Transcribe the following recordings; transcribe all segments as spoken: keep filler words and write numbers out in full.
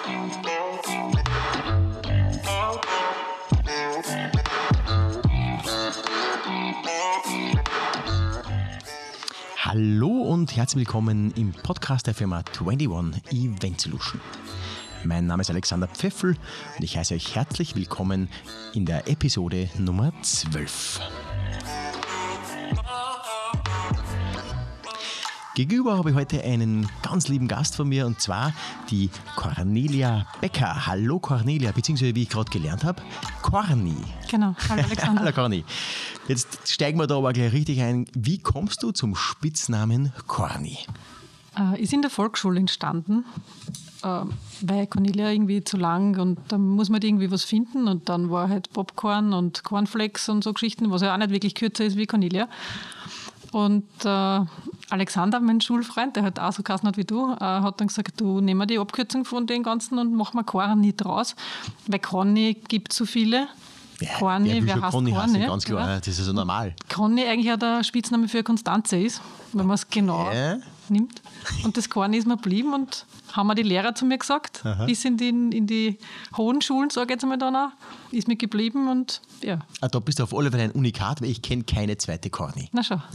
Hallo und herzlich willkommen im Podcast der Firma einundzwanzig Event Solution. Mein Name ist Alexander Pfeffel und ich heiße euch herzlich willkommen in der Episode Nummer zwölf. Gegenüber habe ich heute einen ganz lieben Gast von mir und zwar die Cornelia Becker. Hallo Cornelia, beziehungsweise wie ich gerade gelernt habe, Corny. Genau, hallo Alexander. Hallo Corny. Jetzt steigen wir da aber gleich richtig ein. Wie kommst du zum Spitznamen Corny? Äh, ist in der Volksschule entstanden, äh, weil Cornelia irgendwie zu lang und da muss man irgendwie was finden und dann war halt Popcorn und Cornflakes und so Geschichten, was ja auch nicht wirklich kürzer ist wie Cornelia. Und äh, Alexander, mein Schulfreund, der halt auch so geheißen hat wie du, äh, hat dann gesagt, du nehmen wir die Abkürzung von den ganzen und machen wir Corny draus, weil Corny gibt es so viele. Ja, Corny, wer, wer heißt Corny? Heißen, ganz klar, ja. Das ist so normal. Corny eigentlich auch der Spitzname für Konstanze ist, wenn man es genau ja. nimmt. Und das Corny ist mir geblieben und haben mir die Lehrer zu mir gesagt, Aha. bis in die, in die hohen Schulen, sage ich jetzt einmal dann auch, ist mir geblieben und ja. Ah, da bist du auf alle Fälle ein Unikat, weil ich kenne keine zweite Corny. Na schon.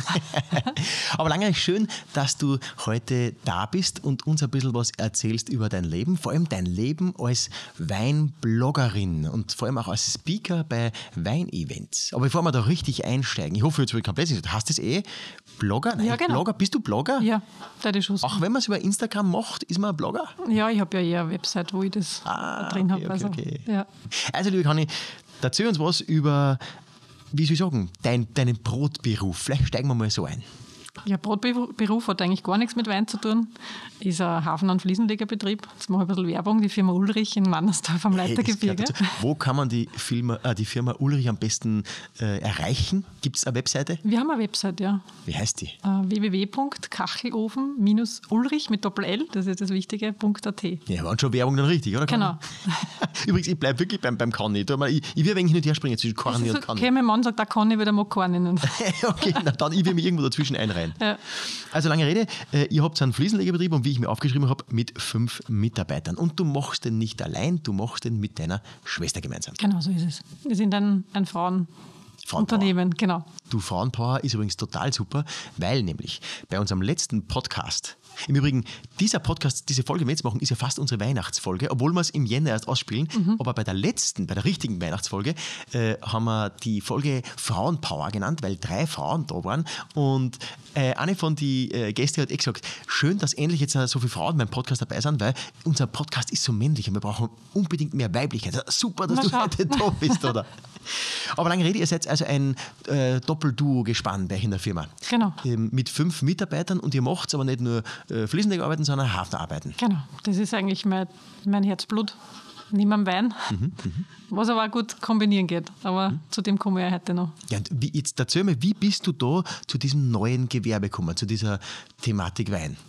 Aber lange schön, dass du heute da bist und uns ein bisschen was erzählst über dein Leben, vor allem dein Leben als Weinbloggerin und vor allem auch als Speaker bei Weinevents. Aber bevor wir da richtig einsteigen, ich hoffe, jetzt will ich komplett nicht, hast du es eh? Blogger? Nein, ja, genau. Blogger? Bist du Blogger? Ja, das ist schon. Auch wenn man es über Instagram macht, ist man ein Blogger? Ja, ich habe ja eher eine Website, wo ich das ah, drin okay, habe. Also, okay, okay. Ja. Also, liebe Conny, erzähl uns was über, wie soll ich sagen, dein, deinen Brotberuf. Vielleicht steigen wir mal so ein. Ja, Brotberuf hat eigentlich gar nichts mit Wein zu tun. Ist ein Hafen- und Fliesenlegerbetrieb. Jetzt mache ich ein bisschen Werbung, die Firma Ulrich in Mannersdorf am Leitergebirge. Hey, wo kann man die, Firma, äh, die Firma Ulrich am besten äh, erreichen? Gibt es eine Webseite? Wir haben eine Webseite, ja. Wie heißt die? Äh, w w w punkt kachelofen Ulrich mit Doppel-L, das ist das Wichtige, .at. Ja, waren schon Werbung dann richtig, oder? Genau. Übrigens, ich bleibe wirklich beim, beim Conny. Ich, ich will ein wenig hin und her springen zwischen Corny und Conny. Okay, mein Mann sagt, der Conny, weil der mag Corny nennen. Okay, na dann, ich will mich irgendwo dazwischen einreihen. Ja. Also lange Rede, ihr habt einen Fliesenlegerbetrieb und wie ich mir aufgeschrieben habe, mit fünf Mitarbeitern. Und du machst den nicht allein, du machst den mit deiner Schwester gemeinsam. Genau, so ist es. Wir sind ein, ein Frauenunternehmen, genau. Du, Frauenpower ist übrigens total super, weil nämlich bei unserem letzten Podcast, im Übrigen, dieser Podcast, diese Folge, die wir jetzt machen, ist ja fast unsere Weihnachtsfolge, obwohl wir es im Jänner erst ausspielen. Mhm. Aber bei der letzten, bei der richtigen Weihnachtsfolge, äh, haben wir die Folge Frauenpower genannt, weil drei Frauen da waren. Und äh, eine von den äh, Gästen hat eh gesagt, schön, dass endlich jetzt so viele Frauen beim Podcast dabei sind, weil unser Podcast ist so männlich und wir brauchen unbedingt mehr Weiblichkeit. Also super, dass Na, du heute da bist, oder? Aber lange Rede, ihr seid also ein äh, Doppelduo-Gespann bei euch in der Firma. Genau. Ähm, mit fünf Mitarbeitern und ihr macht aber nicht nur äh, Fliesenlegerarbeiten, sondern Hafenarbeiten. Genau, das ist eigentlich mein, mein Herzblut. Neben dem Wein, mhm, was aber auch gut kombinieren geht. Aber mhm. zu dem kommen wir ja heute noch. Ja, und wie, jetzt erzähl mir, wie bist du da zu diesem neuen Gewerbe gekommen, zu dieser Thematik Wein?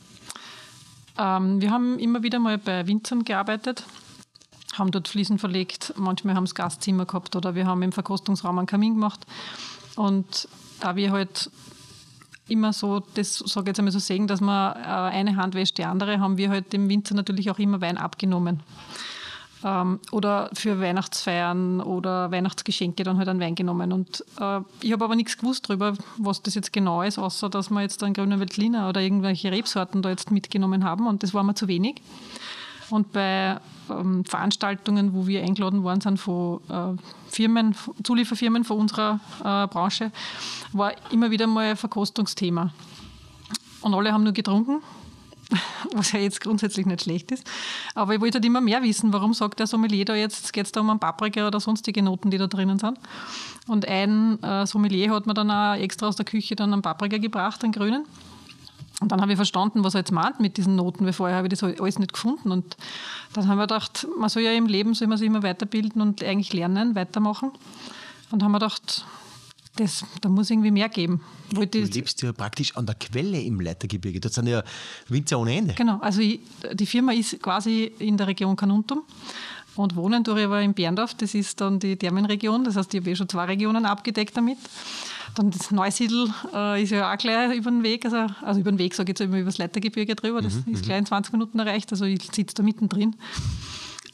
Ähm, wir haben immer wieder mal bei Winzern gearbeitet, haben dort Fliesen verlegt, manchmal haben sie Gastzimmer gehabt oder wir haben im Verkostungsraum einen Kamin gemacht. Und da wir halt immer so, das sage ich jetzt einmal so sehen, dass man eine Hand wäscht die andere, haben wir halt dem Winzer natürlich auch immer Wein abgenommen. Ähm, oder für Weihnachtsfeiern oder Weihnachtsgeschenke dann halt einen Wein genommen. Und äh, ich habe aber nichts gewusst darüber, was das jetzt genau ist, außer dass wir jetzt einen grünen Veltliner oder irgendwelche Rebsorten da jetzt mitgenommen haben und das war mir zu wenig. Und bei ähm, Veranstaltungen, wo wir eingeladen worden sind von äh, Firmen, Zulieferfirmen von unserer äh, Branche, war immer wieder mal ein Verkostungsthema. Und alle haben nur getrunken, was ja jetzt grundsätzlich nicht schlecht ist. Aber ich wollte halt immer mehr wissen, warum sagt der Sommelier da jetzt, geht es da um einen Paprika oder sonstige Noten, die da drinnen sind. Und ein äh, Sommelier hat mir dann auch extra aus der Küche dann einen Paprika gebracht, einen grünen. Und dann habe ich verstanden, was er jetzt meint mit diesen Noten, weil vorher habe ich das alles nicht gefunden. Und dann haben wir gedacht, man soll ja im Leben soll man sich immer weiterbilden und eigentlich lernen, weitermachen. Und haben wir gedacht, das, da muss irgendwie mehr geben. Du lebst ja praktisch an der Quelle im Leitergebirge. Das sind ja Winzer ohne Ende. Genau, also ich, die Firma ist quasi in der Region Carnuntum. Und wohnen tue ich aber in Berndorf, das ist dann die Thermenregion. Das heißt, ich habe eh schon zwei Regionen abgedeckt damit. Dann das Neusiedl äh, ist ja auch gleich über den Weg, also, also über den Weg, sage ich jetzt immer über das Leitergebirge drüber, das mhm, ist gleich in zwanzig Minuten erreicht, also ich sitze da mittendrin.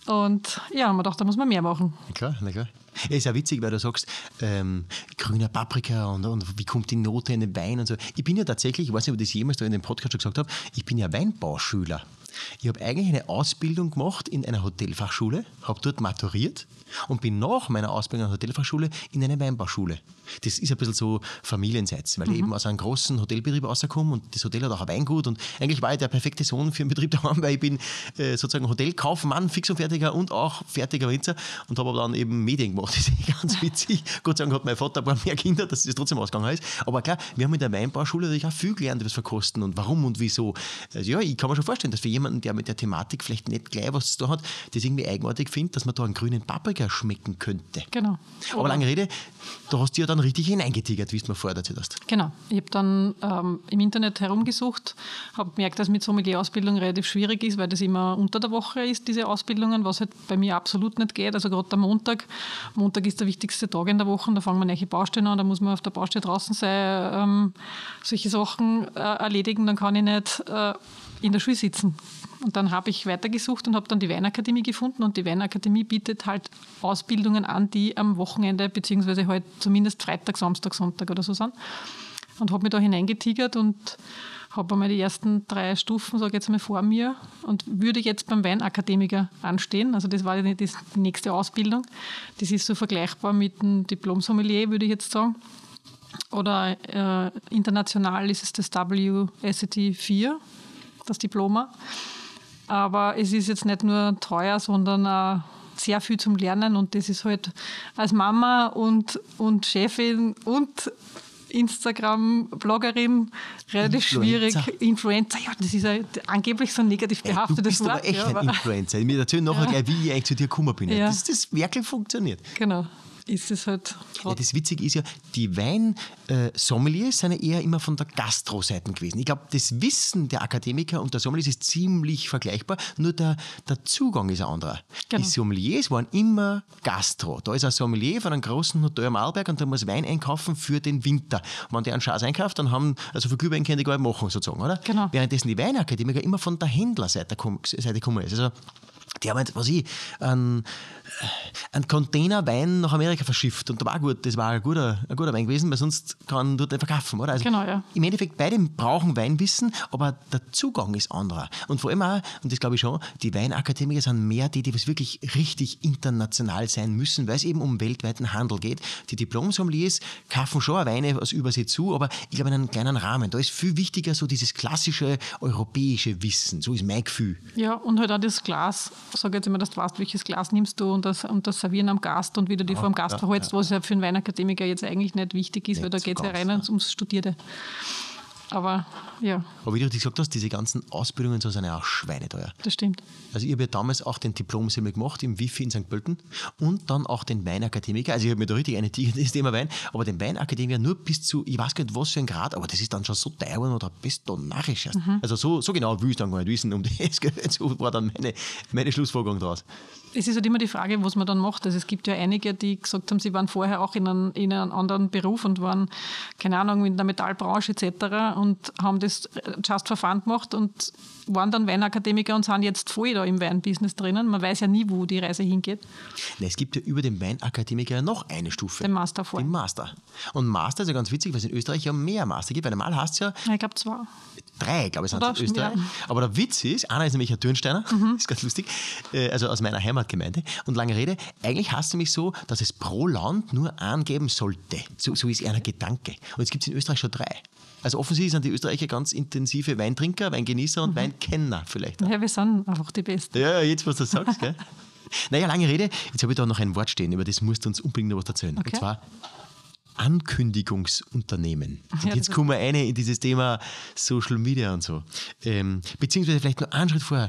Und ja, haben wir gedacht, da muss man mehr machen. Na klar, na klar. Ja, ist ja witzig, weil du sagst, ähm, grüner Paprika und, und wie kommt die Note in den Wein und so. Ich bin ja tatsächlich, ich weiß nicht, ob ich das jemals da in dem Podcast schon gesagt habe, ich bin ja Weinbauschüler. Ich habe eigentlich eine Ausbildung gemacht in einer Hotelfachschule, habe dort maturiert und bin nach meiner Ausbildung in der Hotelfachschule in eine Weinbauschule. Das ist ein bisschen so familienseits, weil mhm. ich eben aus einem großen Hotelbetrieb rauskomme und das Hotel hat auch ein Weingut und eigentlich war ich der perfekte Sohn für einen Betrieb daheim, weil ich bin äh, sozusagen Hotelkaufmann, Fix und Fertiger und auch fertiger Winzer und habe aber dann eben Medien gemacht. Das ist ganz witzig. Gott sei Dank hat mein Vater ein paar mehr Kinder, dass es trotzdem ausgegangen ist. Aber klar, wir haben in der Weinbauschule natürlich auch viel gelernt über das Verkosten und warum und wieso. Also ja, ich kann mir schon vorstellen, dass für jemanden, der mit der Thematik vielleicht nicht gleich was zu tun hat, das irgendwie eigenartig findet, dass man da einen grünen Paprika schmecken könnte. Genau. Aber oh. lange Rede, da hast du ja dann richtig hineingetigert, wie du mir vorher erzählt hast. Genau. Ich habe dann ähm, im Internet herumgesucht, habe gemerkt, dass mit Sommelier-Ausbildung relativ schwierig ist, weil das immer unter der Woche ist, diese Ausbildungen, was halt bei mir absolut nicht geht. Also gerade am Montag. Montag ist der wichtigste Tag in der Woche, da fangen wir neue Baustellen an, da muss man auf der Baustelle draußen sein, ähm, solche Sachen äh, erledigen, dann kann ich nicht äh, in der Schule sitzen. Und dann habe ich weitergesucht und habe dann die Weinakademie gefunden und die Weinakademie bietet halt Ausbildungen an, die am Wochenende beziehungsweise halt zumindest Freitag, Samstag, Sonntag oder so sind. Und habe mich da hineingetigert und habe einmal die ersten drei Stufen, sage ich jetzt mal, vor mir und würde jetzt beim Weinakademiker anstehen. Also das war die, die nächste Ausbildung. Das ist so vergleichbar mit dem Diplom-Sommelier, würde ich jetzt sagen. Oder äh, international ist es das W S A T vier, das Diploma. Aber es ist jetzt nicht nur teuer, sondern auch sehr viel zum Lernen und das ist halt als Mama und, und Chefin und Instagram-Bloggerin relativ Influencer. schwierig. Influencer, ja, das ist ein, angeblich so ein negativ behaftetes Wort. Du bist aber echt ja, ein Influencer. Mir erzählen nachher ja. gleich, wie ich eigentlich zu dir gekommen bin. Ja. Dass das wirklich funktioniert. Genau. Ist es halt ja, das Witzige ist ja, die Wein-Sommeliers sind ja eher immer von der Gastro-Seite gewesen. Ich glaube, das Wissen der Akademiker und der Sommeliers ist ziemlich vergleichbar, nur der, der Zugang ist ein anderer. Genau. Die Sommeliers waren immer Gastro. Da ist ein Sommelier von einem großen Hotel am Arlberg und der muss Wein einkaufen für den Winter. Und wenn der einen Schatz einkauft, dann haben, also für Glühwein können die gar nicht machen, sozusagen, oder? Genau. Währenddessen die Weinakademiker immer von der Händlerseite gekommen ist. Also, die haben halt, was ich, einen, einen Container Wein nach Amerika verschifft und da war gut, das war ein guter, ein guter Wein gewesen, weil sonst kann dort nicht verkaufen, oder? Also genau, ja. Im Endeffekt, beide brauchen Weinwissen, aber der Zugang ist anderer. Und vor allem auch, und das glaube ich schon, die Weinakademiker sind mehr die, die was wirklich richtig international sein müssen, weil es eben um weltweiten Handel geht. Die Diplom-Sommeliers kaufen schon Weine aus Übersee zu, aber ich glaube in einem kleinen Rahmen. Da ist viel wichtiger so dieses klassische europäische Wissen, so ist mein Gefühl. Ja, und halt auch das Glas. Sag jetzt immer, dass du weißt, welches Glas nimmst du und das, und das Servieren am Gast und wie du dich ja, vor dem Gast ja, verhältst, ja. was ja für einen Weinakademiker jetzt eigentlich nicht wichtig ist, nicht weil da geht es ja rein ja. ums Studierte. Aber ja. Aber wie du gesagt hast, diese ganzen Ausbildungen so sind ja auch schweineteuer. Das stimmt. Also ich habe ja damals auch den Diplom-Semmel gemacht im Wifi in Sankt Pölten und dann auch den Weinakademiker. Also ich habe mir da richtig eine Tiger, das Thema Wein, aber den Weinakademiker nur bis zu, ich weiß gar nicht was für ein Grad, aber das ist dann schon so teuer oder bist du narrisch. Mhm. Also so, so genau will ich dann gar nicht wissen, um das geht. So war dann meine, meine Schlussfolgerung daraus. Es ist halt immer die Frage, was man dann macht. Also es gibt ja einige, die gesagt haben, sie waren vorher auch in einem, in einem anderen Beruf und waren, keine Ahnung, in der Metallbranche et cetera und haben das just for fun gemacht und waren dann Weinakademiker und sind jetzt voll da im Weinbusiness drinnen. Man weiß ja nie, wo die Reise hingeht. Na, es gibt ja über den Weinakademiker noch eine Stufe. Den Master vor. Den Master. Und Master ist ja ganz witzig, weil es in Österreich ja mehr Master gibt. Weil normal heißt es ja... Ich glaube zwei. Drei, glaube ich, sind es in Österreich. Ja. Aber der Witz ist, einer ist nämlich ein Dürnsteiner, mhm. das ist ganz lustig, also aus meiner Heimatgemeinde. Und lange Rede, eigentlich heißt es nämlich so, dass es pro Land nur einen geben sollte. So, so ist einer Gedanke. Und jetzt gibt es in Österreich schon drei. Also offensichtlich sind die Österreicher ganz intensive Weintrinker, Weingenießer und mhm. Weinkenner vielleicht. Ja, wir sind einfach die Besten. Ja, jetzt, was du sagst, gell? Naja, lange Rede, jetzt habe ich da noch ein Wort stehen, über das musst du uns unbedingt noch was erzählen. Okay. Und zwar Ankündigungsunternehmen. Und ja, jetzt kommen wir rein in dieses Thema Social Media und so. Ähm, beziehungsweise vielleicht noch einen Schritt vorher.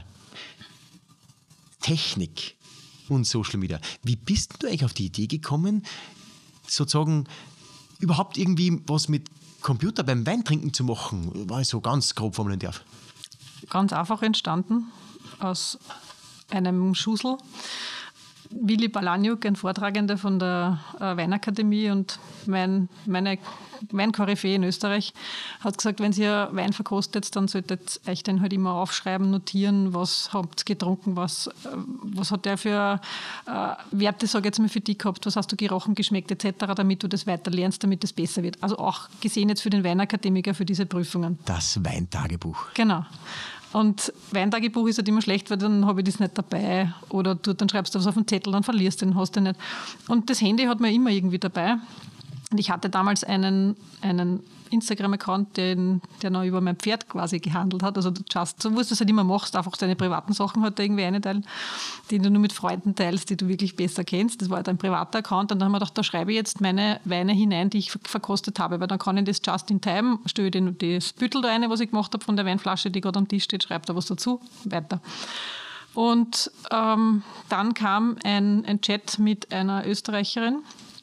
Technik und Social Media. Wie bist du eigentlich auf die Idee gekommen, sozusagen überhaupt irgendwie was mit Computer beim Weintrinken zu machen? War ich so ganz grob formulieren darf. Ganz einfach entstanden aus einem Schussel. Willi Balaniuk, ein Vortragender von der äh, Weinakademie und mein, meine Weinkoryphäe in Österreich, hat gesagt, wenn ihr Wein verkostet, dann solltet ihr euch den halt immer aufschreiben, notieren, was habt ihr getrunken, was, was hat der für äh, Werte, sage ich jetzt mal, für dich gehabt, was hast du gerochen, geschmeckt et cetera, damit du das weiter lernst, damit es besser wird. Also auch gesehen jetzt für den Weinakademiker, für diese Prüfungen. Das Weintagebuch. Genau. Und Weintagebuch ist halt immer schlecht, weil dann habe ich das nicht dabei. Oder du, dann schreibst du was auf den Zettel, dann verlierst du den, hast du nicht. Und das Handy hat man immer irgendwie dabei. Und ich hatte damals einen, einen Instagram-Account, den, der noch über mein Pferd quasi gehandelt hat. Also just, so wie du das halt immer machst, einfach deine privaten Sachen halt da irgendwie einteilen, die du nur mit Freunden teilst, die du wirklich besser kennst. Das war halt ein privater Account. Und dann haben wir gedacht, da schreibe ich jetzt meine Weine hinein, die ich verkostet habe, weil dann kann ich das just in time, stelle ich das Büttel da rein, was ich gemacht habe von der Weinflasche, die gerade am Tisch steht, schreibe da was dazu, weiter. Und ähm, dann kam ein, ein Chat mit einer Österreicherin,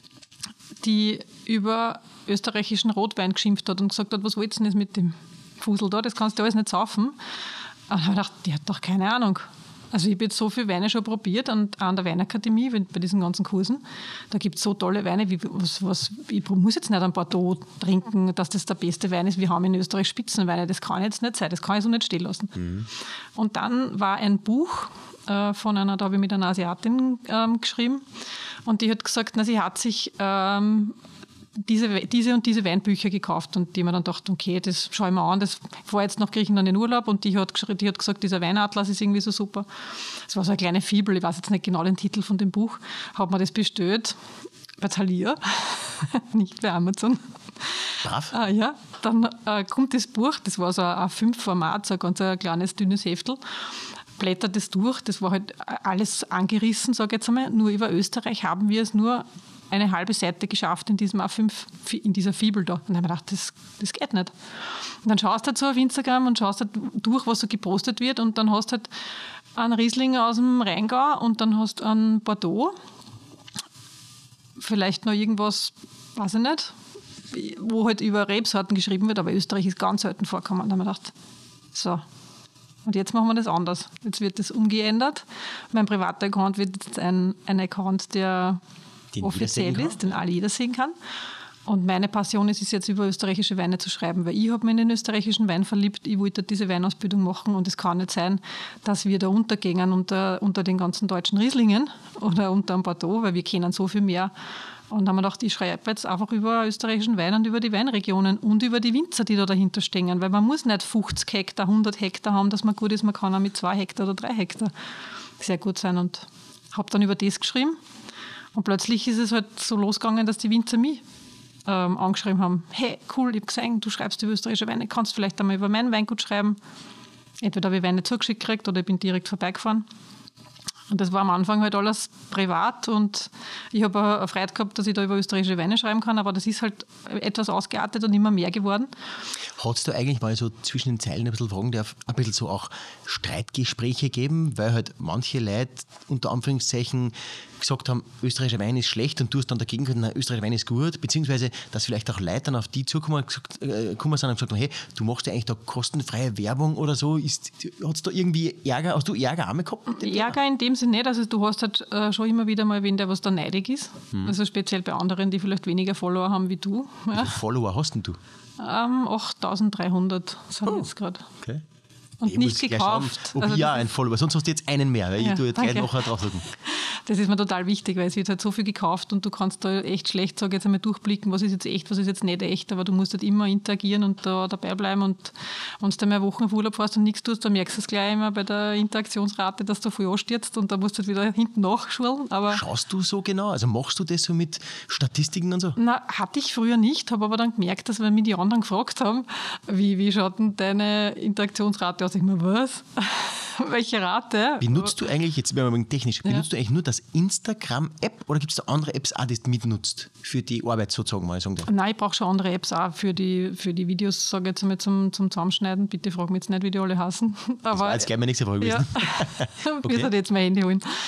die über österreichischen Rotwein geschimpft hat und gesagt hat, was wollt's denn jetzt mit dem Fusel da, das kannst du alles nicht saufen. Und dann habe ich gedacht, die hat doch keine Ahnung. Also ich habe jetzt so viele Weine schon probiert und an der Weinakademie, bei diesen ganzen Kursen, da gibt es so tolle Weine, wie was, was, ich muss jetzt nicht ein Bordeaux trinken, dass das der beste Wein ist. Wir haben in Österreich Spitzenweine, das kann jetzt nicht sein, das kann ich so nicht stehen lassen. Mhm. Und dann war ein Buch äh, von einer, da habe ich mit einer Asiatin ähm, geschrieben und die hat gesagt, na, sie hat sich ähm, Diese, diese und diese Weinbücher gekauft und die mir dann dachte, okay, das schaue ich mir an, das war jetzt nach Griechenland in Urlaub und die hat, die hat gesagt, dieser Weinatlas ist irgendwie so super. Das war so eine kleine Fibel, ich weiß jetzt nicht genau den Titel von dem Buch, habe mir das bestellt bei Thalia, nicht bei Amazon. Brav. Ah, ja, dann äh, kommt das Buch, das war so ein A fünf Format, so ein ganz ein kleines, dünnes Heftel, blättert das durch, das war halt alles angerissen, sage ich jetzt einmal, nur über Österreich haben wir es nur eine halbe Seite geschafft in diesem A fünf, in dieser Fibel da. Und dann habe ich gedacht, das, das geht nicht. Und dann schaust du halt so auf Instagram und schaust halt durch, was so gepostet wird und dann hast du halt einen Riesling aus dem Rheingau und dann hast du einen Bordeaux. Vielleicht noch irgendwas, weiß ich nicht, wo halt über Rebsorten geschrieben wird, aber Österreich ist ganz selten vorgekommen. Und dann habe ich gedacht, so, und jetzt machen wir das anders. Jetzt wird das umgeändert. Mein privater Account wird jetzt ein, ein Account, der den offiziell ist, den alle jeder sehen kann. Und meine Passion ist es jetzt, über österreichische Weine zu schreiben, weil ich habe mich in den österreichischen Wein verliebt. Ich wollte diese Weinausbildung machen und es kann nicht sein, dass wir da untergehen unter, unter den ganzen deutschen Rieslingen oder unter dem Bordeaux, weil wir kennen so viel mehr. Und da haben wir gedacht, ich schreibe jetzt einfach über österreichischen Wein und über die Weinregionen und über die Winzer, die da dahinter stehen. Weil man muss nicht fünfzig Hektar, hundert Hektar haben, dass man gut ist. Man kann auch mit zwei Hektar oder drei Hektar sehr gut sein. Und habe dann über das geschrieben. Und plötzlich ist es halt so losgegangen, dass die Winzer mich ähm, angeschrieben haben. Hey, cool, ich habe gesehen, du schreibst über österreichische Weine, kannst vielleicht einmal über mein Weingut schreiben. Entweder habe ich Weine zugeschickt gekriegt oder ich bin direkt vorbeigefahren. Und das war am Anfang halt alles privat und ich habe eine Freude gehabt, dass ich da über österreichische Weine schreiben kann, aber das ist halt etwas ausgeartet und immer mehr geworden. Hat es da eigentlich mal so zwischen den Zeilen ein bisschen fragen darf, ein bisschen so auch Streitgespräche geben, weil halt manche Leute unter Anführungszeichen gesagt haben, österreichischer Wein ist schlecht und du hast dann dagegen gesagt, nein, österreichischer Wein ist gut, beziehungsweise, dass vielleicht auch Leute dann auf die zukommen äh, kommen sind und gesagt haben, hey, du machst ja eigentlich da kostenfreie Werbung oder so, hat es da irgendwie Ärger, hast du Ärger auch mal gehabt? Ärger in dem Sinne nicht, also du hast halt äh, schon immer wieder mal wen, der was da neidig ist, hm. also speziell bei anderen, die vielleicht weniger Follower haben wie du. Wie viele ja. Follower hast denn du? Ähm, achttausenddreihundert sind oh. jetzt gerade. Okay. Und ich nicht gekauft. Schauen, ob also ja ein Follower, sonst hast du jetzt einen mehr, weil ja, ich tue jetzt gleich nachher draufdrücken. Das ist mir total wichtig, weil es wird halt so viel gekauft und du kannst da echt schlecht, sage jetzt einmal, durchblicken, was ist jetzt echt, was ist jetzt nicht echt, aber du musst halt immer interagieren und da dabei bleiben und wenn du mal Wochen auf Urlaub fährst und nichts tust, dann merkst du es gleich immer bei der Interaktionsrate, dass du voll anstürzt und da musst du halt wieder hinten nachschulen. Aber schaust du so genau? Also machst du das so mit Statistiken und so? Na, hatte ich früher nicht, habe aber dann gemerkt, dass wenn mich die anderen gefragt haben, wie, wie schaut denn deine Interaktionsrate aus? Ich mir, was? Welche Rate? Wie nutzt du eigentlich, jetzt werden wir mal technisch, wie ja. nutzt du eigentlich nur das Instagram-App oder gibt es da andere Apps auch, die du mitnutzt für die Arbeit sozusagen mal? Sagen Nein, ich brauche schon andere Apps auch für die, für die Videos, sage ich jetzt mal zum, zum Zusammenschneiden. Bitte frag mich jetzt nicht, wie die alle heißen. Aber, das war jetzt gleich meine nächste Frage gewesen. Ja. Okay. Ich muss halt jetzt mein Handy holen.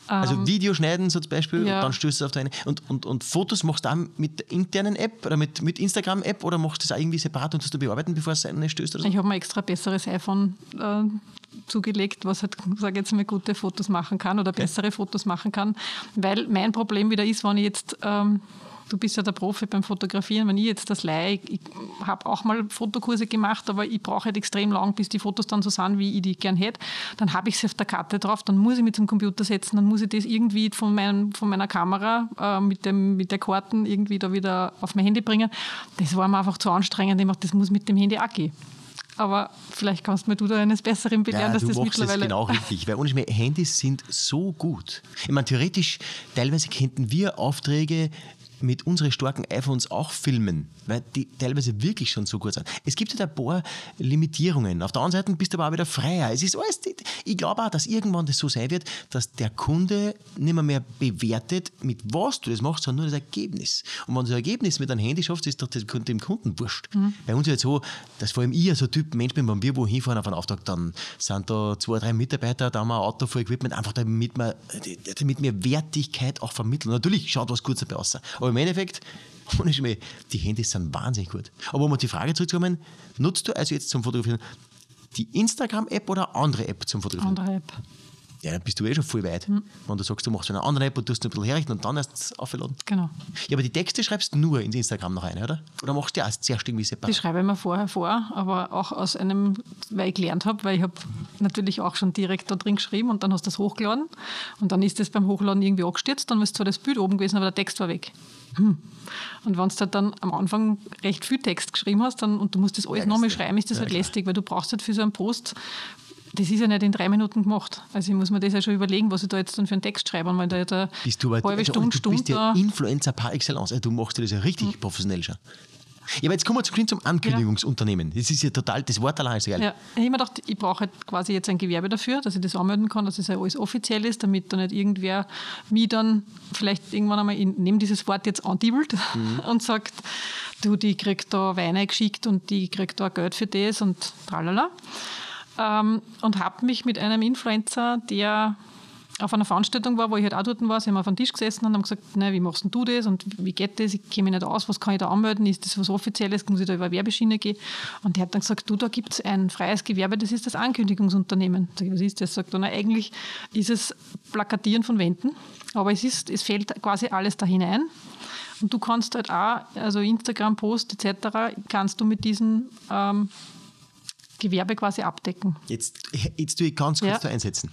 Also Ähm, Video schneiden so zum Beispiel ja. und dann stößt du auf deine. Und, und, und Fotos machst du auch mit der internen App oder mit, mit Instagram-App oder machst du das auch irgendwie separat und tust du bearbeiten, bevor es eine stößt? Oder so? Ich habe mir extra ein besseres iPhone äh, zugelegt, was halt, sage jetzt mal, gute Fotos machen kann oder bessere Fotos machen kann. Weil mein Problem wieder ist, wenn ich jetzt, ähm, du bist ja der Profi beim Fotografieren, wenn ich jetzt das leihe, ich, ich habe auch mal Fotokurse gemacht, aber ich brauche halt extrem lang, bis die Fotos dann so sind, wie ich die gern hätte. Dann habe ich sie auf der Karte drauf, dann muss ich mich zum Computer setzen, dann muss ich das irgendwie von, meinem, von meiner Kamera äh, mit, dem, mit der Karten irgendwie da wieder auf mein Handy bringen. Das war mir einfach zu anstrengend. Ich dachte, das muss mit dem Handy auch gehen. Aber vielleicht kannst mir du da eines Besseren belehren, Ja, dass du das machst mittlerweile... das genau richtig, weil ohne Schmäh, Handys sind so gut. Ich meine, theoretisch, teilweise könnten wir Aufträge mit unseren starken iPhones auch filmen, weil die teilweise wirklich schon so gut sind. Es gibt halt ein paar Limitierungen. Auf der anderen Seite bist du aber auch wieder freier. Es ist alles, ich glaube auch, dass irgendwann das so sein wird, dass der Kunde nicht mehr, mehr bewertet, mit was du das machst, sondern nur das Ergebnis. Und wenn du das Ergebnis mit einem Handy schaffst, ist doch das dem Kunden wurscht. Mhm. Bei uns ist es so, dass vor allem ich so ein Typ Mensch bin, wenn wir wo hinfahren auf einen Auftrag, dann sind da zwei, drei Mitarbeiter, da haben wir ein Auto voll Equipment, einfach damit wir, damit wir Wertigkeit auch vermitteln. Natürlich schaut was Gutes dabei aus. Aber im Endeffekt, ohne Schmäh, die Handys sind wahnsinnig gut. Aber um auf die Frage zurückzukommen, nutzt du also jetzt zum Fotografieren die Instagram-App oder eine andere App zum Fotografieren? Andere App. Ja, dann bist du eh schon voll weit. Mhm. Wenn du sagst, du machst eine andere App und tust ein bisschen herrichten und dann erst aufladen. Genau. Ja, aber die Texte schreibst du nur ins Instagram noch rein, oder? Oder machst du die auch zuerst irgendwie separat? Die schreibe ich mir vorher vor, aber auch aus einem, weil ich gelernt habe, weil ich habe natürlich auch schon direkt da drin geschrieben und dann hast du das hochgeladen und dann ist das beim Hochladen irgendwie angestürzt, dann ist zwar das Bild oben gewesen, aber der Text war weg. Hm. Und wenn du halt dann am Anfang recht viel Text geschrieben hast dann, und du musst das alles ja, nochmal schreiben, ist das ja, halt klar. lästig, weil du brauchst halt für so einen Post, das ist ja nicht in drei Minuten gemacht. Also ich muss mir das ja schon überlegen, was ich da jetzt dann für einen Text schreibe. Und wenn da jetzt eine bist du aber, halbe Stunde, du bist ja Stunde, Influencer par excellence. Also du machst das ja richtig mhm. professionell schon. Ja, aber jetzt kommen wir zum, zum Ankündigungsunternehmen. Das ist ja total, das Wort allein ist so geil. Ja, ich habe mir gedacht, ich brauche halt quasi jetzt ein Gewerbe dafür, dass ich das anmelden kann, dass es ja alles offiziell ist, damit da nicht irgendwer mich dann vielleicht irgendwann einmal, ich nehme dieses Wort jetzt andiebelt mhm. und sagt, du, die kriegt da Weine geschickt und die kriegt da Geld für das und tralala. Ähm, und habe mich mit einem Influencer, der auf einer Veranstaltung war, wo ich halt auch dort war, sie haben auf einem Tisch gesessen und haben gesagt, na, wie machst denn du das und wie geht das, ich kenne mich nicht aus, was kann ich da anmelden, ist das was Offizielles, muss ich da über eine Werbeschiene gehen? Und der hat dann gesagt, du, da gibt es ein freies Gewerbe, das ist das Ankündigungsunternehmen. Sag ich, was ist das? Sagt er, na, eigentlich ist es Plakatieren von Wänden, aber es, ist, es fällt quasi alles da hinein. Und du kannst halt auch, also Instagram-Post et cetera, kannst du mit diesen ähm, Gewerbe quasi abdecken. Jetzt, jetzt tue ich ganz kurz ja. da einsetzen.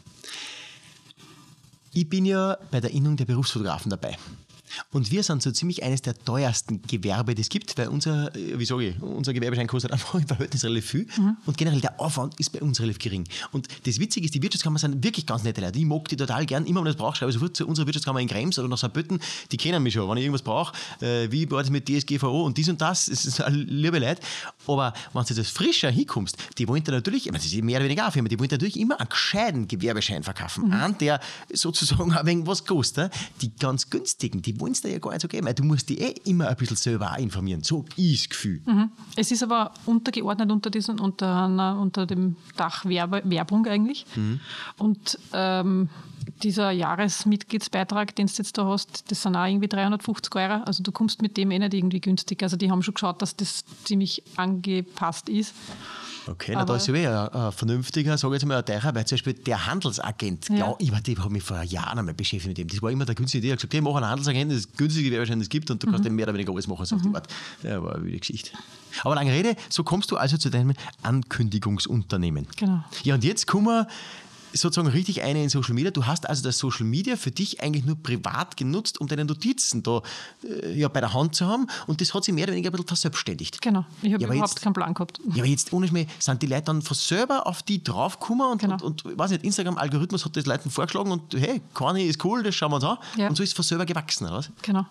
Ich bin ja bei der Innung der Berufsfotografen dabei. Und wir sind so ziemlich eines der teuersten Gewerbe, die es gibt, weil unser, wie sage ich, unser Gewerbeschein kostet einfach im Verhältnis relativ viel mhm. und generell der Aufwand ist bei uns relativ gering. Und das Witzige ist, die Wirtschaftskammer sind wirklich ganz nette Leute. Ich mag die total gern, immer wenn ich das brauche, schreibe ich sofort zu unserer Wirtschaftskammer in Krems oder nach Saarbrücken, die kennen mich schon, wenn ich irgendwas brauche, äh, wie ich mit D S G V O und dies und das, das ist eine liebe Leute. Aber wenn du das frischer hinkommst, die wollen da natürlich, ich meine, das ist mehr oder weniger eine Firma, die wollen natürlich immer einen gescheiten Gewerbeschein verkaufen. Mhm. Einen, der sozusagen ein wenig was kostet. Die ganz günstigen, die wollen es dir ja gar nicht so geben, weil du musst dich eh immer ein bisschen selber auch informieren. So ist das Gefühl. Mhm. Es ist aber untergeordnet unter, diesen, unter, einer, unter dem Dach Werbe, Werbung eigentlich. Mhm. Und ähm, dieser Jahresmitgliedsbeitrag, den du jetzt da hast, das sind auch irgendwie dreihundertfünfzig Euro. Also du kommst mit dem eh nicht irgendwie günstig. Also die haben schon geschaut, dass das ziemlich angepasst ist. Okay, na, da ist ja eh ein, ein vernünftiger, sage ich jetzt mal, ein teurer, weil zum Beispiel der Handelsagent, ja. Ja, ich, ich habe mich vor Jahren einmal beschäftigt mit dem. Das war immer der günstige Idee. Ich habe gesagt, ich mache einen Handelsagent, das ist das günstige Gewerbeschein, das es gibt und du mhm. kannst dem mehr oder weniger alles machen, so auf die Art. Ja, war eine wilde Geschichte. Aber lange Rede, so kommst du also zu deinem Ankündigungsunternehmen. Genau. Ja, und jetzt kommen wir sozusagen richtig eine in Social Media. Du hast also das Social Media für dich eigentlich nur privat genutzt, um deine Notizen da äh, ja, bei der Hand zu haben und das hat sich mehr oder weniger ein bisschen verselbstständigt. Genau, ich habe ja, überhaupt jetzt, keinen Plan gehabt. Ja, aber jetzt ohne Schmäh, sind die Leute dann von selber auf die draufgekommen und, genau. und, und weiß nicht, Instagram-Algorithmus hat das Leuten vorgeschlagen und hey, Corny ist cool, das schauen wir uns an. Ja. Und so ist es von selber gewachsen, oder was? Genau.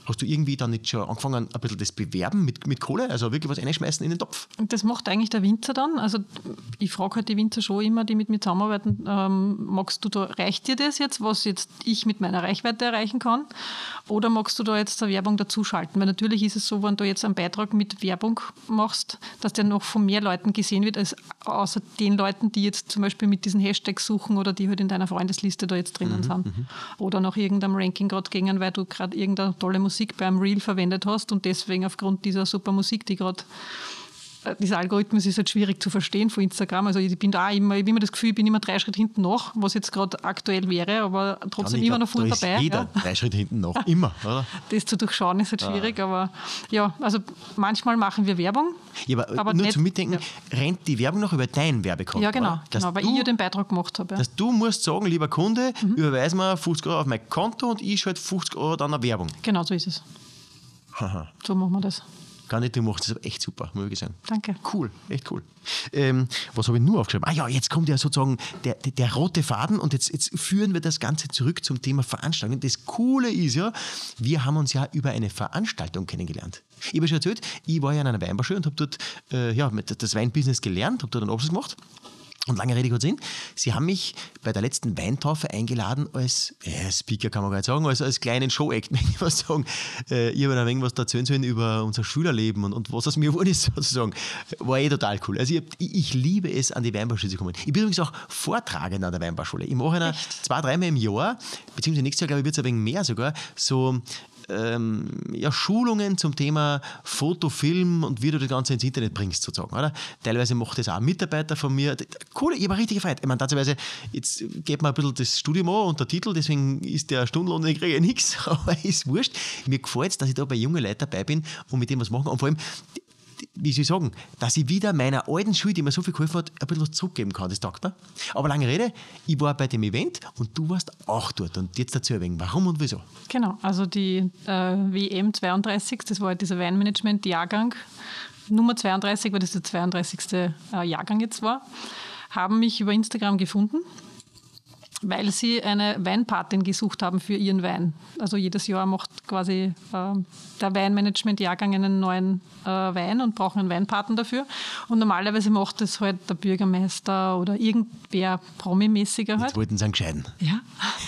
Hast du irgendwie dann nicht schon angefangen, ein bisschen das Bewerben mit, mit Kohle, also wirklich was reinschmeißen in den Topf? Das macht eigentlich der Winzer dann. Also ich frage halt die Winzer schon immer, die mit mir zusammenarbeiten, ähm, magst du da, reicht dir das jetzt, was jetzt ich mit meiner Reichweite erreichen kann? Oder magst du da jetzt eine Werbung dazuschalten? Weil natürlich ist es so, wenn du jetzt einen Beitrag mit Werbung machst, dass der noch von mehr Leuten gesehen wird, als außer den Leuten, die jetzt zum Beispiel mit diesen Hashtags suchen oder die halt in deiner Freundesliste da jetzt drinnen mhm, sind. Mhm. Oder nach irgendeinem Ranking gerade gingen, weil du gerade irgendeine tolle Musik beim Reel verwendet hast und deswegen aufgrund dieser super Musik, die gerade dieser Algorithmus ist halt schwierig zu verstehen von Instagram. Also ich bin da immer, ich habe immer das Gefühl, ich bin immer drei Schritte hinten nach, was jetzt gerade aktuell wäre, aber trotzdem immer noch voll dabei. Jeder ja. drei Schritte hinten nach, immer, oder? Das zu durchschauen ist halt schwierig, ah. aber ja, also manchmal machen wir Werbung. Ja, aber, aber nur nicht, zum Mitdenken, ja. rennt die Werbung noch über deinen Werbekonto? Ja, genau, genau weil du, ich ja den Beitrag gemacht habe. Ja. Dass du musst sagen, lieber Kunde, mhm. überweis mir fünfzig Euro auf mein Konto und ich schalte fünfzig Euro dann auf Werbung. Genau, so ist es. Haha. So machen wir das. Gar nicht, du machst das echt super, muss ich sagen. Danke. Cool, echt cool. Ähm, was habe ich nur aufgeschrieben? Ah ja, jetzt kommt ja sozusagen der, der, der rote Faden und jetzt, jetzt führen wir das Ganze zurück zum Thema Veranstaltung. Das Coole ist ja, wir haben uns ja über eine Veranstaltung kennengelernt. Ich habe schon erzählt, ich war ja in einer Weinbauschule und habe dort äh, ja, das Weinbusiness gelernt, habe dort einen Abschluss gemacht. Und lange Rede, kurzer Sinn, sie haben mich bei der letzten Weintaufe eingeladen als, äh, Speaker kann man gar nicht sagen, als, als kleinen Show-Act, möchte ich was sagen. Äh, ich habe ein wenig was erzählen sollen über unser Schülerleben und, und was aus mir geworden ist, sozusagen. War eh total cool. Also ich, hab, ich, ich liebe es, an die Weinbauschule zu kommen. Ich bin übrigens auch Vortragender an der Weinbauschule. Ich mache einer zwei, dreimal im Jahr, beziehungsweise nächstes Jahr, glaube ich, wird es ein wenig mehr sogar, so Ähm, ja, Schulungen zum Thema Foto, Film und wie du das Ganze ins Internet bringst, sozusagen, oder? Teilweise macht das auch ein Mitarbeiter von mir. Cool, ich habe richtig gefreut. Ich meine, tatsächlich, jetzt geht mir ein bisschen das Studium an und der Titel, deswegen ist der Stundenlohn, ich kriege nichts, aber ist wurscht. Mir gefällt es, dass ich da bei jungen Leuten dabei bin und mit dem was machen und vor allem, wie soll ich sagen, dass ich wieder meiner alten Schule, die mir so viel geholfen hat, ein bisschen was zurückgeben kann. Das taugt mir. Aber lange Rede, ich war bei dem Event und du warst auch dort. Und jetzt dazu ein wenig, warum und wieso? Genau, also die äh, W M zweiunddreißig, das war halt dieser Weinmanagement-Jahrgang, Nummer zweiunddreißig, weil das der zweiunddreißigste Äh, Jahrgang jetzt war, haben mich über Instagram gefunden, weil sie eine Weinpatin gesucht haben für ihren Wein. Also jedes Jahr macht quasi äh, der Weinmanagement-Jahrgang einen neuen äh, Wein und brauchen einen Weinpaten dafür. Und normalerweise macht das halt der Bürgermeister oder irgendwer Promi-mäßiger halt. Jetzt wollten sie einen gescheiden. Ja.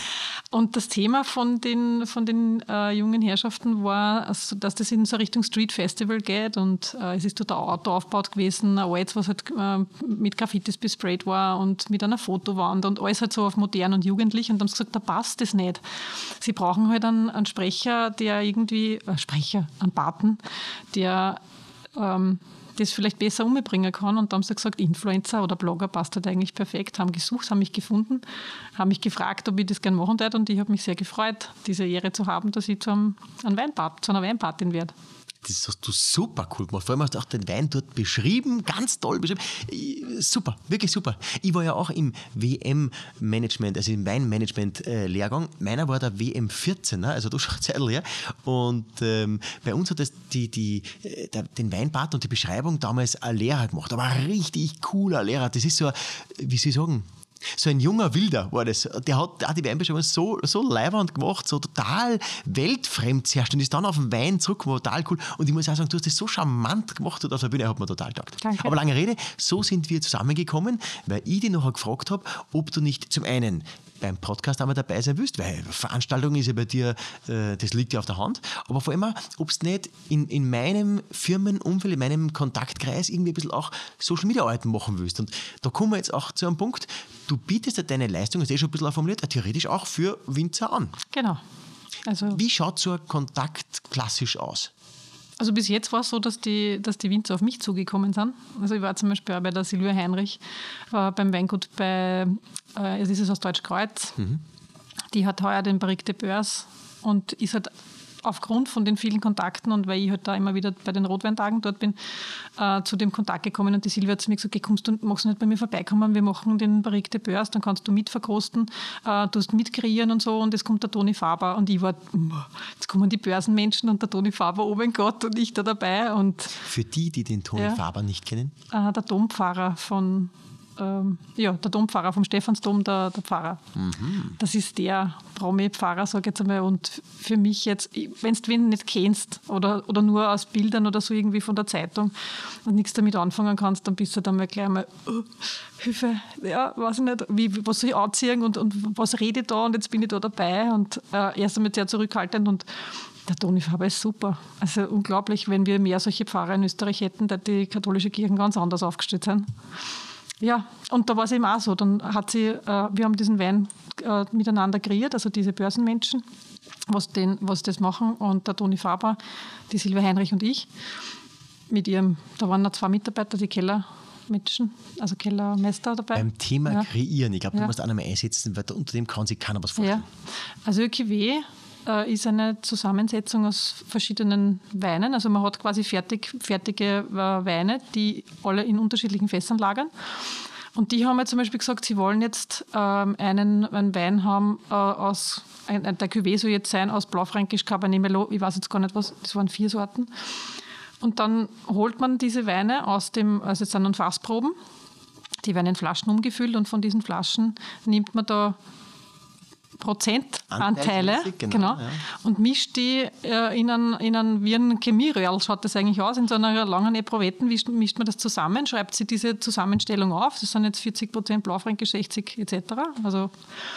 Und das Thema von den, von den äh, jungen Herrschaften war, also, dass das in so Richtung Street Festival geht und äh, es ist dort ein Auto aufgebaut gewesen, ein altes, was halt äh, mit Graffitis besprayt war und mit einer Fotowand und alles halt so auf modern und jugendlich und dann haben sie gesagt, da passt das nicht. Sie brauchen halt einen, einen Sprecher, der irgendwie, äh, Sprecher, einen Paten, der ähm, das vielleicht besser umbringen kann. Und da haben sie gesagt, Influencer oder Blogger passt halt eigentlich perfekt. Haben gesucht, haben mich gefunden, haben mich gefragt, ob ich das gerne machen würde. Und ich habe mich sehr gefreut, diese Ehre zu haben, dass ich zu, einem, einem Weinpat, zu einer Weinpatin werde. Das hast du super cool gemacht. Vor allem hast du auch den Wein dort beschrieben, ganz toll beschrieben. Super, wirklich super. Ich war ja auch im W M-Management, also im Weinmanagement-Lehrgang. Meiner war der W M vierzehn, also du schon Zeit her. Und ähm, bei uns hat das die, die, der, den Weinpaten und die Beschreibung damals ein Lehrer gemacht. Aber ein richtig cooler Lehrer. Das ist so, wie soll ich sagen, so ein junger Wilder war das. Der hat auch die Weinbeschreibung so, so leibernd gemacht, so total weltfremd zuerst und ist dann auf den Wein zurückgekommen, total cool. Und ich muss auch sagen, du hast das so charmant gemacht auf der Bühne, hat mir total getaugt. Danke. Aber lange Rede, so sind wir zusammengekommen, weil ich dich nachher gefragt habe, ob du nicht zum einen beim Podcast einmal dabei sein willst, weil Veranstaltung ist ja bei dir, äh, das liegt ja auf der Hand, aber vor allem auch, ob es nicht in, in meinem Firmenumfeld, in meinem Kontaktkreis irgendwie ein bisschen auch Social Media Arbeiten machen willst. Und da kommen wir jetzt auch zu einem Punkt, du bietest ja deine Leistung, das ist eh schon ein bisschen formuliert, theoretisch auch für Winzer an. Genau. Also Wie schaut so ein Kontakt klassisch aus? Also bis jetzt war es so, dass die, dass die Winzer auf mich zugekommen sind. Also ich war zum Beispiel auch bei der Silvia Heinrich äh, beim Weingut bei, äh, es ist es aus Deutschkreuz. Mhm. Die hat heuer den Barrique de Beurs und ist halt aufgrund von den vielen Kontakten und weil ich halt da immer wieder bei den Rotweintagen dort bin, äh, zu dem Kontakt gekommen und die Silvia hat zu mir gesagt, okay, kommst du, magst du nicht bei mir vorbeikommen, wir machen den Barrique de Beurs, dann kannst du mitverkosten, äh, du hast mitkreieren und so und es kommt der Toni Faber und ich war, jetzt kommen die Börsenmenschen und der Toni Faber, oh mein Gott, und ich da dabei. Und für die, die den Toni ja, Faber nicht kennen? Äh, der Dompfarrer von ähm, ja, der Dompfarrer vom Stephansdom, der, der Pfarrer. Mhm. Das ist der Promi-Pfarrer, sage ich jetzt einmal. Und für mich jetzt, wenn du ihn nicht kennst oder, oder nur aus Bildern oder so irgendwie von der Zeitung und nichts damit anfangen kannst, dann bist du dann mal gleich mal, oh, Hilfe, ja, weiß ich nicht, wie, was soll ich anziehen und, und was rede ich da und jetzt bin ich da dabei und äh, erst einmal sehr zurückhaltend und der Toni Faber ist super. Also unglaublich, wenn wir mehr solche Pfarrer in Österreich hätten, da die katholische Kirchen ganz anders aufgestellt sind. Ja, und da war es eben auch so. Dann hat sie, äh, wir haben diesen Wein äh, miteinander kreiert, also diese Börsenmenschen, was, den, was das machen. Und der Toni Faber, die Silvia Heinrich und ich, mit ihrem, da waren noch zwei Mitarbeiter, die Kellermenschen, also Kellermeister dabei. Beim Thema ja. Kreieren, ich glaube, du ja. musst auch noch mal einsetzen, weil da unter dem kann sich keiner was vorstellen. Ja. Also Ö K W ist eine Zusammensetzung aus verschiedenen Weinen. Also man hat quasi fertig, fertige Weine, die alle in unterschiedlichen Fässern lagern. Und die haben jetzt zum Beispiel gesagt, sie wollen jetzt ähm, einen, einen Wein haben äh, aus, ein, der Cuvée soll jetzt sein aus Blaufränkisch, Cabernet Merlot, ich weiß jetzt gar nicht was, das waren vier Sorten. Und dann holt man diese Weine aus dem, also es sind dann Fassproben, die werden in Flaschen umgefüllt und von diesen Flaschen nimmt man da Prozentanteile genau, genau, ja. und mischt die äh, in einen, in einen, wie ein Chemieröhrl, schaut das eigentlich aus, in so einer langen Eprouvetten mischt, mischt man das zusammen, schreibt sie diese Zusammenstellung auf, das sind jetzt vierzig Prozent Blaufränkisch, sechzig et cetera. Also,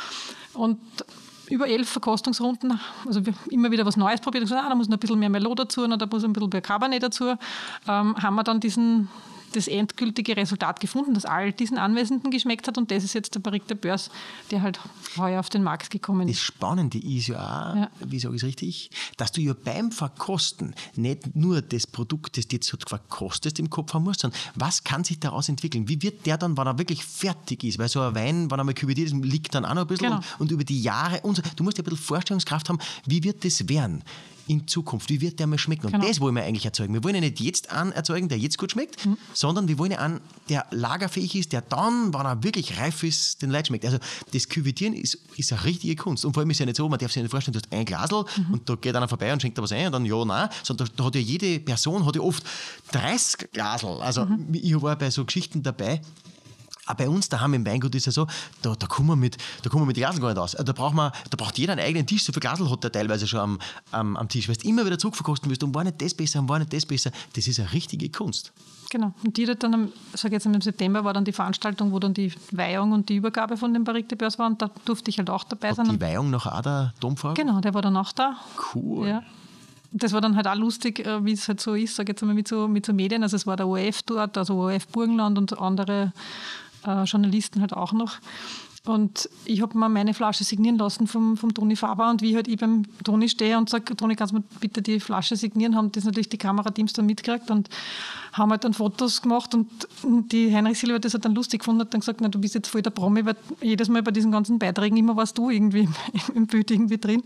und über elf Verkostungsrunden, also wir immer wieder was Neues probiert und gesagt, ah, da muss noch ein bisschen mehr Merlot dazu, oder da muss ein bisschen mehr Cabernet dazu, ähm, haben wir dann diesen das endgültige Resultat gefunden, das all diesen Anwesenden geschmeckt hat und das ist jetzt der Barrique de Beurs, der halt heuer auf den Markt gekommen ist. Das Spannende ist ja auch, ja. wie sage ich es richtig, dass du ja beim Verkosten nicht nur das Produkt, das du jetzt verkostest, im Kopf haben musst, sondern was kann sich daraus entwickeln? Wie wird der dann, wenn er wirklich fertig ist? Weil so ein Wein, wenn er mal kübelliert ist, liegt dann auch noch ein bisschen genau. und, und über die Jahre, und so, du musst ja ein bisschen Vorstellungskraft haben, wie wird das werden? In Zukunft, wie wird der mal schmecken? Und genau. das wollen wir eigentlich erzeugen. Wir wollen ja nicht jetzt einen erzeugen, der jetzt gut schmeckt, mhm. sondern wir wollen ja einen, der lagerfähig ist, der dann, wenn er wirklich reif ist, den Leuten schmeckt. Also das Küvettieren ist, ist eine richtige Kunst. Und vor allem ist es ja nicht so, man darf sich nicht vorstellen, du hast ein Glasl mhm. und da geht einer vorbei und schenkt da was ein und dann ja, nein. Sondern da, da hat ja jede Person hat ja oft dreißig Glasl. Also mhm. ich war bei so Geschichten dabei. Auch bei uns daheim im Weingut ist ja so, da, da kommen wir mit, da kommen wir mit den Glaseln gar nicht aus. Da braucht, man, da braucht jeder einen eigenen Tisch, so viel Glasel hat der teilweise schon am, am, am Tisch, weil du immer wieder zurückverkosten willst und war nicht das besser und war nicht das besser. Das ist eine richtige Kunst. Genau. Und die dann, am, sag jetzt im September war dann die Veranstaltung, wo dann die Weihung und die Übergabe von dem Barrique de Beurs war und da durfte ich halt auch dabei Hat sein. Die Weihung nachher auch der Dompfarrer? Genau, der war dann auch da. Cool. Ja. Das war dann halt auch lustig, wie es halt so ist, sag jetzt einmal mit so, mit so Medien. Also es war der O R F dort, also O R F Burgenland und andere Äh, Journalisten halt auch noch. Und ich habe mir meine Flasche signieren lassen vom, vom Toni Faber und wie halt ich beim Toni stehe und sage, Toni, kannst du mir bitte die Flasche signieren, haben das natürlich die Kamerateams dann mitgekriegt und haben halt dann Fotos gemacht und die Heinrich Silva hat das halt dann lustig gefunden und hat dann gesagt, na, du bist jetzt voll der Promi, weil jedes Mal bei diesen ganzen Beiträgen immer warst du irgendwie im, im Bild irgendwie drin.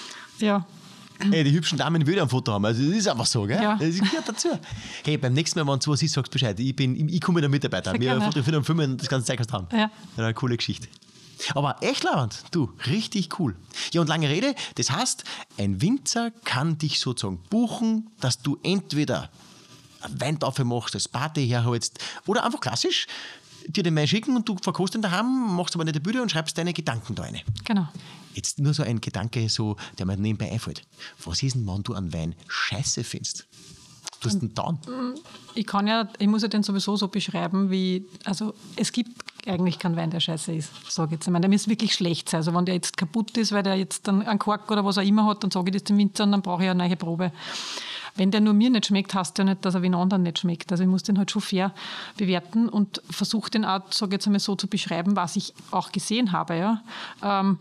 Ja. Hey, die hübschen Damen will ein Foto haben. Also das ist einfach so, gell? Ja. Das gehört dazu. Hey, beim nächsten Mal, wenn du was ist, sagst du Bescheid. Ich, bin, ich komme mit einem Mitarbeiter. Sehr Wir gerne. fotografieren und filmen das ganze Zeug aus haben. Ja. Eine coole Geschichte. Aber echt labernd. Du, richtig cool. Ja, und lange Rede, das heißt, ein Winzer kann dich sozusagen buchen, dass du entweder eine Weintafel machst, das Party herholst oder einfach klassisch dir den Wein schicken und du verkostest ihn daheim, machst aber nicht die Bilder und schreibst deine Gedanken da rein. Genau. Jetzt nur so ein Gedanke, so, der mir nebenbei einfällt. Was ist denn, wenn du einen Wein scheiße findest? Du hast ihn dann. Ich kann ja, ich muss ja den sowieso so beschreiben, wie, also es gibt eigentlich keinen Wein, der scheiße ist, sage ich jetzt. Ich meine, der muss wirklich schlecht sein. Also wenn der jetzt kaputt ist, weil der jetzt dann einen Kork oder was auch immer hat, dann sage ich das dem Winzer und dann brauche ich eine neue Probe. Wenn der nur mir nicht schmeckt, heißt ja nicht, dass er wie den anderen nicht schmeckt. Also ich muss den halt schon fair bewerten und versuche den auch, sage ich jetzt einmal so zu beschreiben, was ich auch gesehen habe. Ja. Ähm,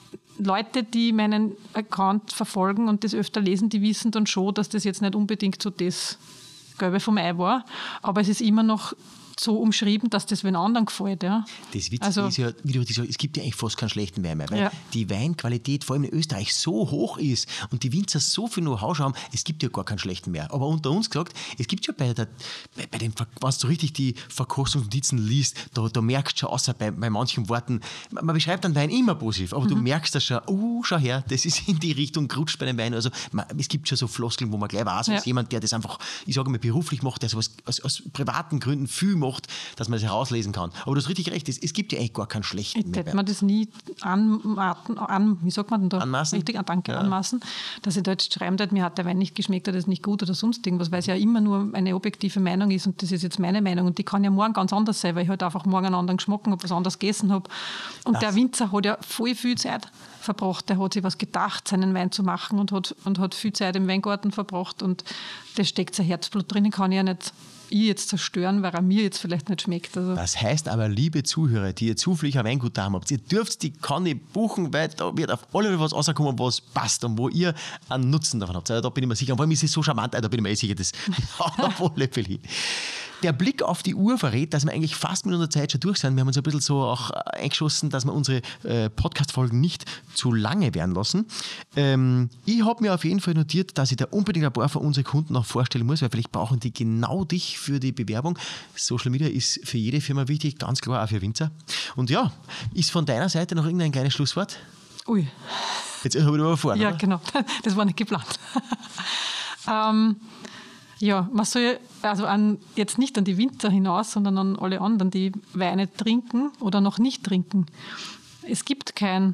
Leute, die meinen Account verfolgen und das öfter lesen, die wissen dann schon, dass das jetzt nicht unbedingt so das Gelbe vom Ei war. Aber es ist immer noch so umschrieben, dass das den anderen gefällt. Ja. Das Witzige also, ist ja, wie du sagst, es gibt ja eigentlich fast keinen schlechten Wein mehr, weil ja. die Weinqualität vor allem in Österreich so hoch ist und die Winzer so viel Know-how haben, es gibt ja gar keinen schlechten mehr. Aber unter uns gesagt, es gibt ja bei, der, bei, bei den, wenn du so richtig die Verkostungsnotizen liest, da, da merkst du schon, außer bei, bei manchen Worten, man, man beschreibt einen Wein immer positiv, aber mhm. du merkst das schon, oh, schau her, das ist in die Richtung gerutscht bei dem Wein. Also man, es gibt schon so Floskeln, wo man gleich weiß, als ja. jemand, der das einfach, ich sage mal, beruflich macht, der sowas aus, aus privaten Gründen viel macht, macht, dass man das herauslesen kann. Aber du hast richtig recht, es, es gibt ja eigentlich gar keinen schlechten Ich hätte mir das nie anmaßen, an, wie sagt man denn da? Anmaßen? Richtig, danke, Ja. anmaßen, dass ich da jetzt schreiben würde, mir hat der Wein nicht geschmeckt oder das ist nicht gut oder sonst irgendwas, weil es ja immer nur eine objektive Meinung ist und das ist jetzt meine Meinung und die kann ja morgen ganz anders sein, weil ich halt einfach morgen einen anderen Geschmack habe, was anderes gegessen habe. Und Das. der Winzer hat ja voll viel Zeit verbracht, der hat sich was gedacht, seinen Wein zu machen und hat, und hat viel Zeit im Weingarten verbracht und das steckt sein Herzblut drin, kann ich ja nicht ich jetzt zerstören, weil er mir jetzt vielleicht nicht schmeckt. Also Das heißt aber, liebe Zuhörer, die ihr zufällig ein Weingut daheim habt, ihr dürft die Kanne buchen, weil da wird auf alle Fälle was rauskommen, was passt und wo ihr einen Nutzen davon habt. Also da bin ich mir sicher. Und vor allem ist es so charmant, da bin ich mir eh sicher, das haut auf alle Fälle hin. Der Blick auf die Uhr verrät, dass wir eigentlich fast mit unserer Zeit schon durch sind. Wir haben uns ein bisschen so auch eingeschossen, dass wir unsere äh, Podcast-Folgen nicht zu lange werden lassen. Ähm, ich habe mir auf jeden Fall notiert, dass ich da unbedingt ein paar von unseren Kunden noch vorstellen muss, weil vielleicht brauchen die genau dich für die Bewerbung. Social Media ist für jede Firma wichtig, ganz klar auch für Winzer. Und ja, ist von deiner Seite noch irgendein kleines Schlusswort? ui. Jetzt habe ich überfahren, Ja, oder? genau. Das war nicht geplant. ähm, ja, man soll also an, jetzt nicht an die Winzer hinaus, sondern an alle anderen, die Weine trinken oder noch nicht trinken. Es gibt kein,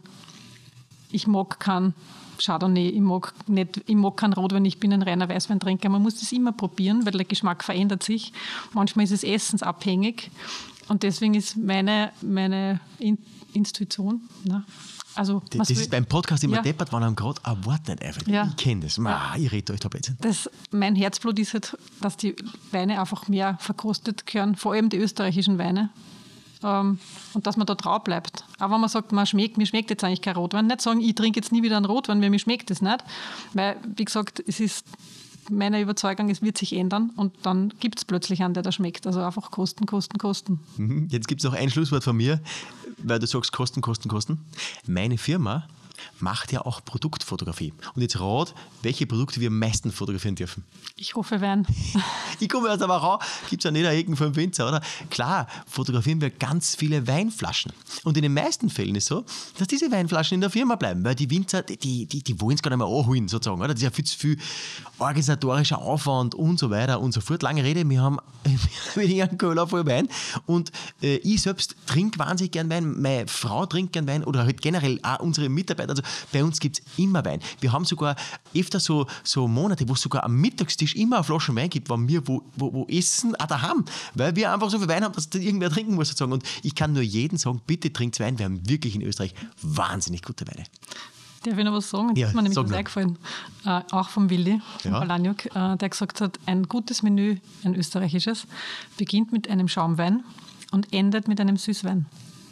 ich mag kein Chardonnay, ich mag, nicht, ich mag kein Rotwein, ich bin ein reiner Weißweintrinker. Man muss das immer probieren, weil der Geschmack verändert sich. Manchmal ist es essensabhängig und deswegen ist meine, meine In- Intuition, na, also Das ist beim Podcast immer Ja. deppert, wenn einem gerade ein Wort nicht einfällt. Ja. Ich kenne das. Ma, ich rede euch da jetzt. Das, mein Herzblut ist halt, dass die Weine einfach mehr verkostet gehören, vor allem die österreichischen Weine. Ähm, und dass man da trau bleibt. Auch wenn man sagt, man schmeckt, mir schmeckt jetzt eigentlich kein Rotwein. Nicht sagen, ich trinke jetzt nie wieder einen Rotwein, weil mir schmeckt das nicht. Weil, wie gesagt, es ist meine Überzeugung, es wird sich ändern und dann gibt es plötzlich einen, der da schmeckt. Also einfach kosten, kosten, kosten. Mhm. Jetzt gibt es noch ein Schlusswort von mir, weil du sagst Kosten, Kosten, Kosten. Meine Firma macht ja auch Produktfotografie. Und jetzt rat, welche Produkte wir am meisten fotografieren dürfen. Ich hoffe Wein. Ich komme aus der Wachau, gibt es ja nicht einen Ecken vom Winzer, oder? Klar, fotografieren wir ganz viele Weinflaschen. Und in den meisten Fällen ist es so, dass diese Weinflaschen in der Firma bleiben, weil die Winzer, die, die, die wollen es gar nicht mehr anholen, sozusagen, oder? Das ist ja viel zu viel organisatorischer Aufwand und so weiter und so fort. Lange Rede, wir haben einen Köhler voll Wein und äh, ich selbst trinke wahnsinnig gern Wein, meine Frau trinkt gern Wein oder halt generell auch unsere Mitarbeiter. Also bei uns gibt es immer Wein. Wir haben sogar öfter so, so Monate, wo es sogar am Mittagstisch immer eine Flasche Wein gibt, wenn wir wo, wo, wo essen, auch daheim, weil wir einfach so viel Wein haben, dass das irgendwer trinken muss. Sozusagen. Und ich kann nur jedem sagen, bitte trinkt Wein. Wir haben wirklich in Österreich wahnsinnig gute Weine. Darf ich noch was sagen? Jetzt Ja, ist mir nämlich sag was nur. eingefallen. Äh, auch vom Willi, vom Ja. Palaniuk, äh, der gesagt hat, ein gutes Menü, ein österreichisches, beginnt mit einem Schaumwein und endet mit einem Süßwein.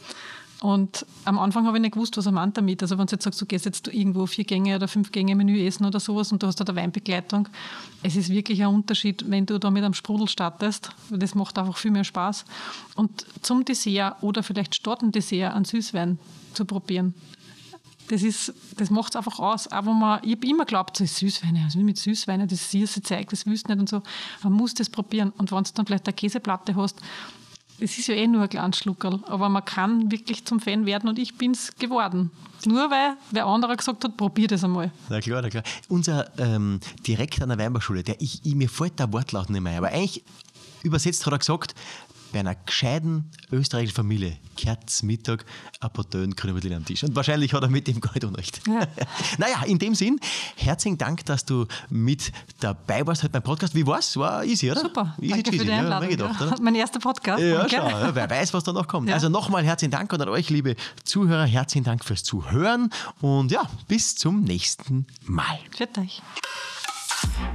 Und am Anfang habe ich nicht gewusst, was er meint damit. Also wenn du jetzt sagst, du gehst jetzt irgendwo vier Gänge oder fünf Gänge Menü essen oder sowas und du hast da eine Weinbegleitung, es ist wirklich ein Unterschied, wenn du da mit einem Sprudel startest. Das macht einfach viel mehr Spaß. Und zum Dessert oder vielleicht statt dem Dessert einen Süßwein zu probieren, das, ist, das macht es einfach aus. Auch wenn man, ich habe immer geglaubt, so Süßweine, also mit Süßweine, das süße Zeug, das willst du nicht und so. Man muss das probieren. Und wenn du dann vielleicht eine Käseplatte hast, das ist ja eh nur ein kleines Schluckerl, aber man kann wirklich zum Fan werden und ich bin es geworden. Nur weil wer anderer gesagt hat, probier das einmal. Na klar, na klar. Unser ähm, Direktor an der Weinbauschule, der ich, ich, mir fällt der Wortlaut nicht mehr ein, aber eigentlich übersetzt hat er gesagt, bei einer gescheiten österreichischen Familie gehört zum Mittag ein paar Dönen-Krümmelchen am Tisch. Und wahrscheinlich hat er mit dem gar nicht Unrecht. Ja. Naja, in dem Sinn, herzlichen Dank, dass du mit dabei warst heute beim Podcast. Wie war's? War easy, oder? Super, Easy danke cheesy. für die Ja, Einladung. hab ich gedacht, ja. oder? Mein erster Podcast. Ja, danke. schau, ja, wer weiß, was da noch kommt. Ja. Also nochmal herzlichen Dank und an euch, liebe Zuhörer, herzlichen Dank fürs Zuhören und ja, bis zum nächsten Mal. Für euch.